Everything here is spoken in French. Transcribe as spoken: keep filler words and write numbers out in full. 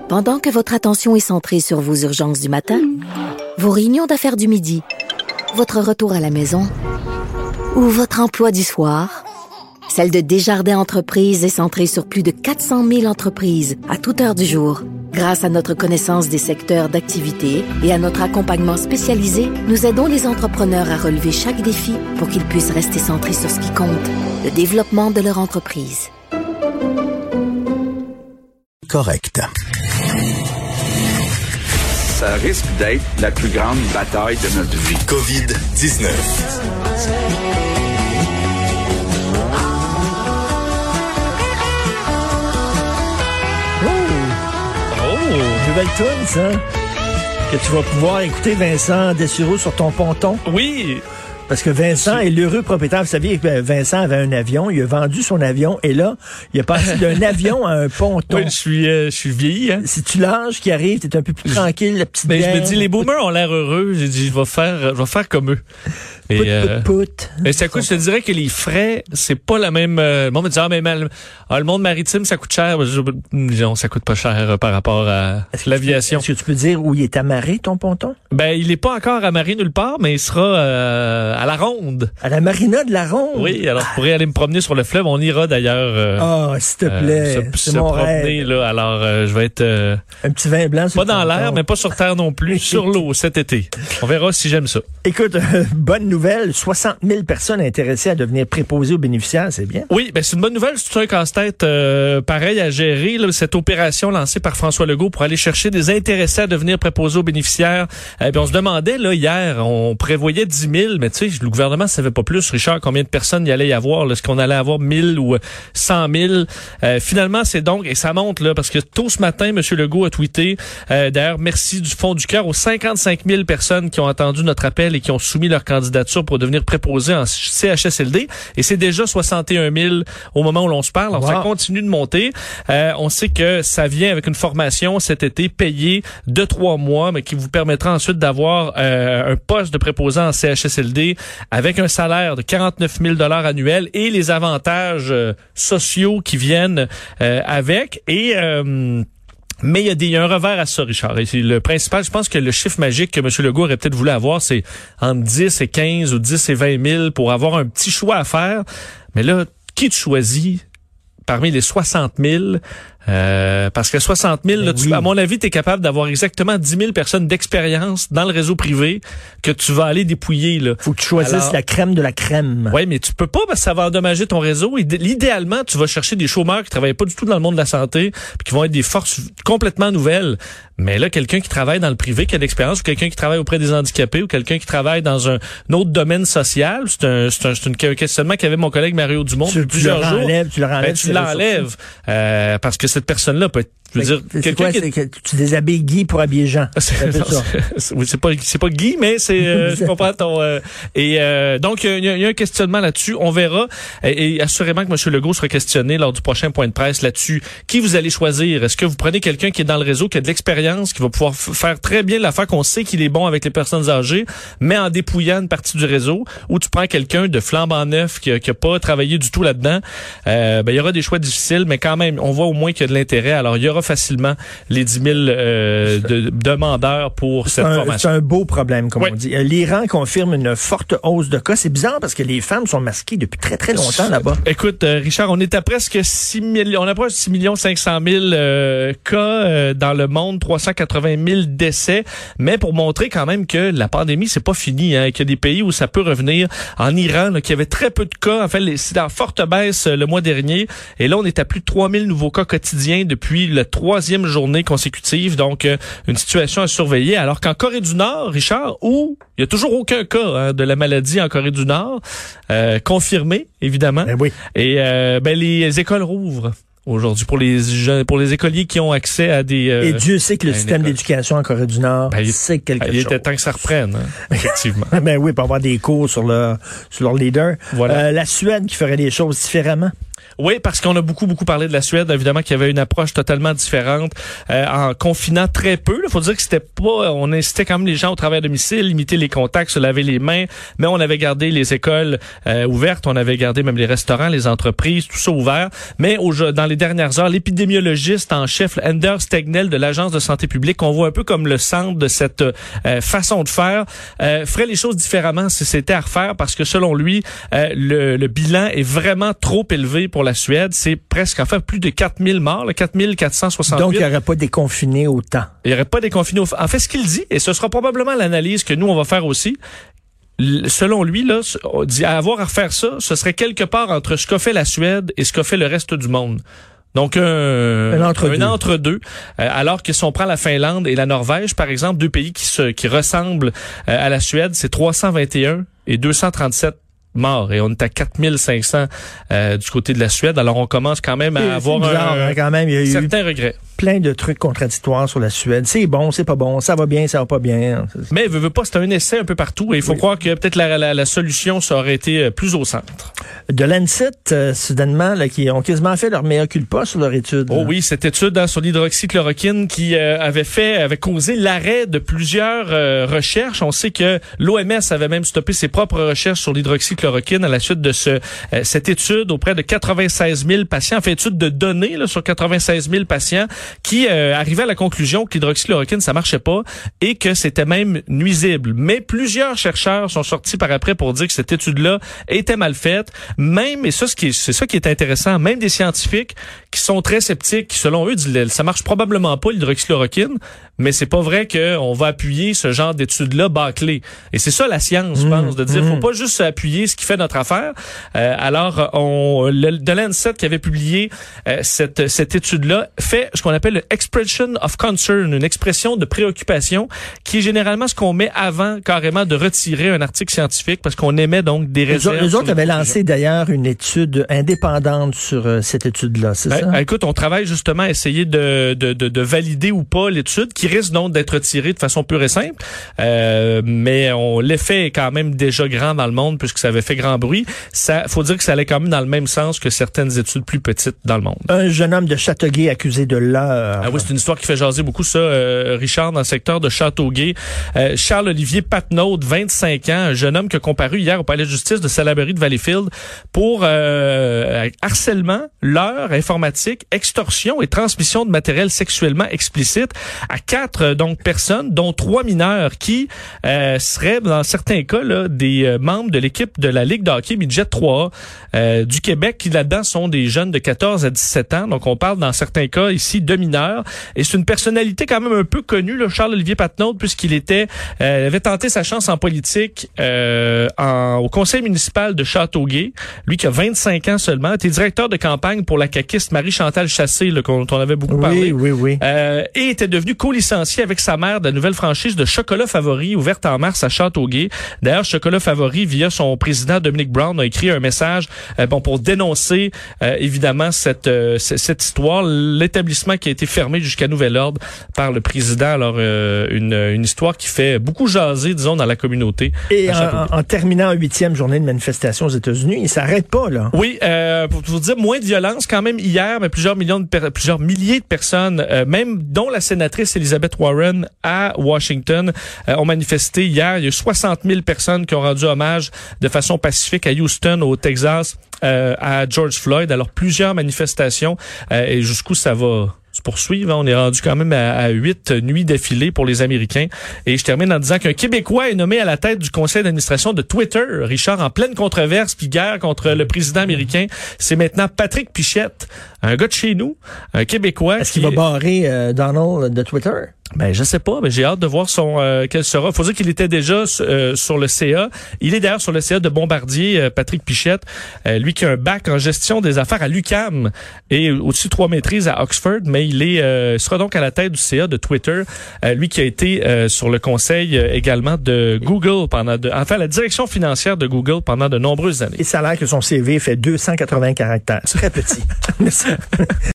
Pendant que votre attention est centrée sur vos urgences du matin, vos réunions d'affaires du midi, votre retour à la maison ou votre emploi du soir, celle de Desjardins Entreprises est centrée sur plus de quatre cent mille entreprises à toute heure du jour. Grâce à notre connaissance des secteurs d'activité et à notre accompagnement spécialisé, nous aidons les entrepreneurs à relever chaque défi pour qu'ils puissent rester centrés sur ce qui compte, le développement de leur entreprise. Correct. Ça risque d'être la plus grande bataille de notre vie. covid dix-neuf. Nouvelle toune, ça. Que tu vas pouvoir écouter Vincent Dessureau sur ton ponton. Oui. Parce que Vincent est l'heureux propriétaire. Vous saviez que Vincent avait un avion, il a vendu son avion et là, il a passé d'un avion à un ponton. Oui, je suis, euh, je suis vieilli. Hein? Si tu l'âge qui arrive, t'es un peu plus tranquille, la petite Ben, bière. je me dis, les boomers ont l'air heureux. J'ai dit, je vais faire, je vais faire comme eux. Et, Pout, euh, pout, pout. Et ça coûte, je te dirais que les frais, c'est pas la même. Euh, le monde me dit, ah, mais mal, ah, le monde maritime, ça coûte cher. Je, non, ça coûte pas cher euh, par rapport à l'aviation. Est-ce que tu peux dire où il est amarré, ton ponton? Ben, il est pas encore amarré nulle part, mais il sera euh, à la Ronde. À la marina de la Ronde? Oui, alors je pourrais aller me promener sur le fleuve. On ira d'ailleurs. Euh, Ah, oh, s'il te plaît. Euh, se, c'est se mon promener, rêve. là. Alors, euh, je vais être. Euh, un petit vin blanc sur pas dans l'air, mais pas sur terre non plus. Sur l'eau cet été. On verra si j'aime ça. Écoute, euh, bonne nouvelle. soixante mille personnes intéressées à devenir préposées aux bénéficiaires, c'est bien. Oui, ben c'est une bonne nouvelle. C'est tout un casse-tête euh, pareil à gérer. Là, cette opération lancée par François Legault pour aller chercher des intéressés à devenir préposés aux bénéficiaires. Euh, ben, on se demandait, là, hier, on prévoyait dix mille, mais tu sais, le gouvernement ne savait pas plus. Richard, combien de personnes il y allait y avoir? Là, est-ce qu'on allait avoir mille ou cent mille? Euh, finalement, c'est donc, et ça monte, là, parce que tôt ce matin, M. Legault a tweeté, euh, d'ailleurs, merci du fond du cœur aux cinquante-cinq mille personnes qui ont entendu notre appel et qui ont soumis leur candidature pour devenir préposés en C H S L D, et c'est déjà soixante et un mille au moment où l'on se parle. Alors, wow. Ça continue de monter. Euh, on sait que ça vient avec une formation cet été payée de trois mois, mais qui vous permettra ensuite d'avoir euh, un poste de préposant en C H S L D avec un salaire de quarante-neuf mille dollars annuels et les avantages euh, sociaux qui viennent euh, avec. Et euh, Mais il y a des, il y a un revers à ça, Richard. Et c'est le principal, je pense que le chiffre magique que M. Legault aurait peut-être voulu avoir, c'est entre dix et quinze ou dix et vingt mille pour avoir un petit choix à faire. Mais là, qui tu choisis parmi les soixante mille? Euh, parce que soixante mille, là, tu, oui. à mon avis, tu es capable d'avoir exactement dix mille personnes d'expérience dans le réseau privé que tu vas aller dépouiller. Là. Faut que tu choisisses Alors, la crème de la crème. Oui, mais tu peux pas parce que ça va endommager ton réseau. Idéalement, tu vas chercher des chômeurs qui travaillent pas du tout dans le monde de la santé puis qui vont être des forces complètement nouvelles. Mais là, quelqu'un qui travaille dans le privé, qui a de l'expérience, ou quelqu'un qui travaille auprès des handicapés, ou quelqu'un qui travaille dans un, un autre domaine social, c'est un, c'est un, c'est un questionnement qu'avait mon collègue Mario Dumont tu, plusieurs tu jours. Enlèves, tu le renlèves, ben, tu l'enlèves euh, parce que cette personne-là peut être. Je veux dire, c'est quoi, qui... c'est que tu déshabilles Guy pour habiller Jean. C'est, non, ça. c'est, oui, c'est pas, c'est pas Guy, mais c'est, euh, je comprends ton, euh, et, euh, donc, il y, y a un questionnement là-dessus. On verra. Et, et assurément que M. Legault sera questionné lors du prochain point de presse là-dessus. Qui vous allez choisir? Est-ce que vous prenez quelqu'un qui est dans le réseau, qui a de l'expérience, qui va pouvoir f- faire très bien l'affaire, qu'on sait qu'il est bon avec les personnes âgées, mais en dépouillant une partie du réseau, ou tu prends quelqu'un de flambant neuf qui a, qui a pas travaillé du tout là-dedans? Euh, ben, il y aura des choix difficiles, mais quand même, on voit au moins qu'il y a de l'intérêt. Alors, il y aura facilement les dix mille euh, de, demandeurs pour c'est cette un, formation. C'est un beau problème, comme oui. on dit. L'Iran confirme une forte hausse de cas. C'est bizarre parce que les femmes sont masquées depuis très, très longtemps là-bas. Écoute, euh, Richard, on est à presque six millions, on approche six millions cinq cent mille euh, cas euh, dans le monde, trois cent quatre-vingt mille décès, mais pour montrer quand même que la pandémie, c'est pas fini, hein, qu'il y a des pays où ça peut revenir. En Iran, là, qu'il y avait très peu de cas, en fait, les, c'est en forte baisse euh, le mois dernier, et là, on est à plus de trois mille nouveaux cas quotidiens depuis le troisième journée consécutive, donc euh, une situation à surveiller. Alors qu'en Corée du Nord, Richard, où il y a toujours aucun cas hein, de la maladie en Corée du Nord, euh, confirmé, évidemment. Ben oui. Et euh, ben les écoles rouvrent aujourd'hui pour les jeunes, pour les écoliers qui ont accès à des. Euh, Et Dieu sait que le système école. d'éducation en Corée du Nord, ben, c'est quelque ben, chose. Il était temps que ça reprenne, hein, effectivement. Ben oui, pour avoir des cours sur leur sur leur leader. Voilà. Euh, la Suède qui ferait des choses différemment. Oui, parce qu'on a beaucoup, beaucoup parlé de la Suède, évidemment, qu'il y avait une approche totalement différente, euh, en confinant très peu. Il faut dire que c'était pas, on incitait quand même les gens au travail à domicile, limiter les contacts, se laver les mains, mais on avait gardé les écoles euh, ouvertes, on avait gardé même les restaurants, les entreprises, tout ça ouvert. Mais au, dans les dernières heures, l'épidémiologiste en chef, Anders Tegnell de l'Agence de santé publique, qu'on voit un peu comme le centre de cette euh, façon de faire, euh, ferait les choses différemment si c'était à refaire, parce que selon lui, euh, le, le bilan est vraiment trop élevé pour la Suède. C'est presque, en fait, plus de quatre mille morts, là, quatre mille quatre cent soixante-huit. Donc, il n'y aurait pas déconfiné autant. Il n'y aurait pas déconfiné. En fait, ce qu'il dit, et ce sera probablement l'analyse que nous, on va faire aussi, selon lui, là, on dit, à avoir à refaire ça, ce serait quelque part entre ce qu'a fait la Suède et ce qu'a fait le reste du monde. Donc, un, un entre-deux. Un entre-deux. Euh, alors que si on prend la Finlande et la Norvège, par exemple, deux pays qui se qui ressemblent euh, à la Suède, c'est trois cent vingt et un et deux cent trente-sept morts. Et on est à quatre mille cinq cents euh, du côté de la Suède. Alors, on commence quand même à c'est, avoir c'est bizarre, un, hein, quand même, il y a certains eu regrets. Plein de trucs contradictoires sur la Suède. C'est bon, c'est pas bon, ça va bien, ça va pas bien. Mais veut, veut pas, c'est un essai un peu partout et il faut oui. croire que peut-être la, la, la solution, ça aurait été plus au centre. De Lancet, euh, soudainement, là, qui ont quasiment fait leur mea culpa sur leur étude. Oh là. Oui, cette étude hein, sur l'hydroxychloroquine qui euh, avait fait, avait causé l'arrêt de plusieurs euh, recherches. On sait que l'O M S avait même stoppé ses propres recherches sur l'hydroxychloroquine à la suite de ce euh, cette étude auprès de quatre-vingt-seize mille patients, en fait, étude de données là, sur quatre-vingt-seize mille patients qui euh, arrivaient à la conclusion que l'hydroxychloroquine, ça marchait pas et que c'était même nuisible. Mais plusieurs chercheurs sont sortis par après pour dire que cette étude-là était mal faite. Même, et ça, ce qui est, c'est ça qui est intéressant, même des scientifiques qui sont très sceptiques, qui selon eux disent ça marche probablement pas l'hydroxychloroquine, mais c'est pas vrai qu'on va appuyer ce genre d'études-là bâclées. Et c'est ça la science, je mmh, pense, de dire mmh. faut pas juste appuyer ce qui fait notre affaire. Euh, alors, on, le, de Lancet qui avait publié euh, cette, cette étude-là fait ce qu'on appelle le expression of concern, une expression de préoccupation, qui est généralement ce qu'on met avant carrément de retirer un article scientifique parce qu'on émet donc des réserves. Les autres avaient lancé d'ailleurs une étude indépendante sur euh, cette étude-là, c'est ben, ça? Écoute, on travaille justement à essayer de, de, de, de valider ou pas l'étude, qui risque donc d'être retirée de façon pure et simple. Euh, mais on l'effet est quand même déjà grand dans le monde puisque ça avait fait grand bruit. Ça, faut dire que ça allait quand même dans le même sens que certaines études plus petites dans le monde. Un jeune homme de Châteauguay accusé de leurre. Ah oui, c'est une histoire qui fait jaser beaucoup ça, euh, Richard, dans le secteur de Châteauguay. Euh, Charles-Olivier Patnaud, vingt-cinq ans, un jeune homme qui a comparu hier au palais de justice de Salaberry de Valleyfield pour euh, harcèlement, leurre informatique, extorsion et transmission de matériel sexuellement explicite à quatre donc personnes, dont trois mineurs qui euh, seraient dans certains cas là, des euh, membres de l'équipe de la Ligue de hockey Midget trois A euh, du Québec, qui là-dedans sont des jeunes de quatorze à dix-sept ans. Donc on parle dans certains cas ici de mineurs. Et c'est une personnalité quand même un peu connue, là, Charles-Olivier Patnaud, puisqu'il était euh, avait tenté sa chance en politique euh, en, au conseil municipal de Châteauguay. Lui qui a vingt-cinq ans seulement, était directeur de campagne pour la caquiste Marie-Chantal Chassé, là, dont on avait beaucoup oui, parlé. Oui, oui, euh, et était devenu co-licencié avec sa mère de la nouvelle franchise de Chocolat Favori, ouverte en mars à Châteauguay. D'ailleurs, Chocolat Favori, via son président Dominique Brown, a écrit un message euh, bon pour dénoncer euh, évidemment cette euh, cette histoire, l'établissement qui a été fermé jusqu'à nouvel ordre par le président. Alors, euh, une, une histoire qui fait beaucoup jaser, disons, dans la communauté. Et en, en terminant en huitième journée de manifestation aux États-Unis, il s'arrête pas, là. Oui, euh, pour vous dire, moins de violence quand même hier, mais plusieurs millions de per- plusieurs milliers de personnes, euh, même dont la sénatrice Elizabeth Warren à Washington, euh, ont manifesté hier. Il y a eu soixante mille personnes qui ont rendu hommage de façon pacifique à Houston, au Texas, euh, à George Floyd. Alors, plusieurs manifestations euh, et jusqu'où ça va se poursuivre. On est rendu quand même à, à huit nuits d'affilée pour les Américains. Et je termine en disant qu'un Québécois est nommé à la tête du conseil d'administration de Twitter. Richard, en pleine controverse puis guerre contre le président américain, c'est maintenant Patrick Pichette, un gars de chez nous, un Québécois. Est-ce qu'il va barrer euh, Donald de Twitter? Ben je sais pas, mais j'ai hâte de voir son euh, quel sera. Faut dire qu'il était déjà euh, sur le C A. Il est d'ailleurs sur le C A de Bombardier, euh, Patrick Pichette, euh, lui qui a un bac en gestion des affaires à l'U Q A M et au-dessus trois maîtrises à Oxford, mais il est euh, sera donc à la tête du C A de Twitter. Euh, lui qui a été euh, sur le conseil euh, également de Google pendant de, enfin la direction financière de Google pendant de nombreuses années. Et ça a l'air que son C V fait deux cent quatre-vingts caractères. C'est très petit.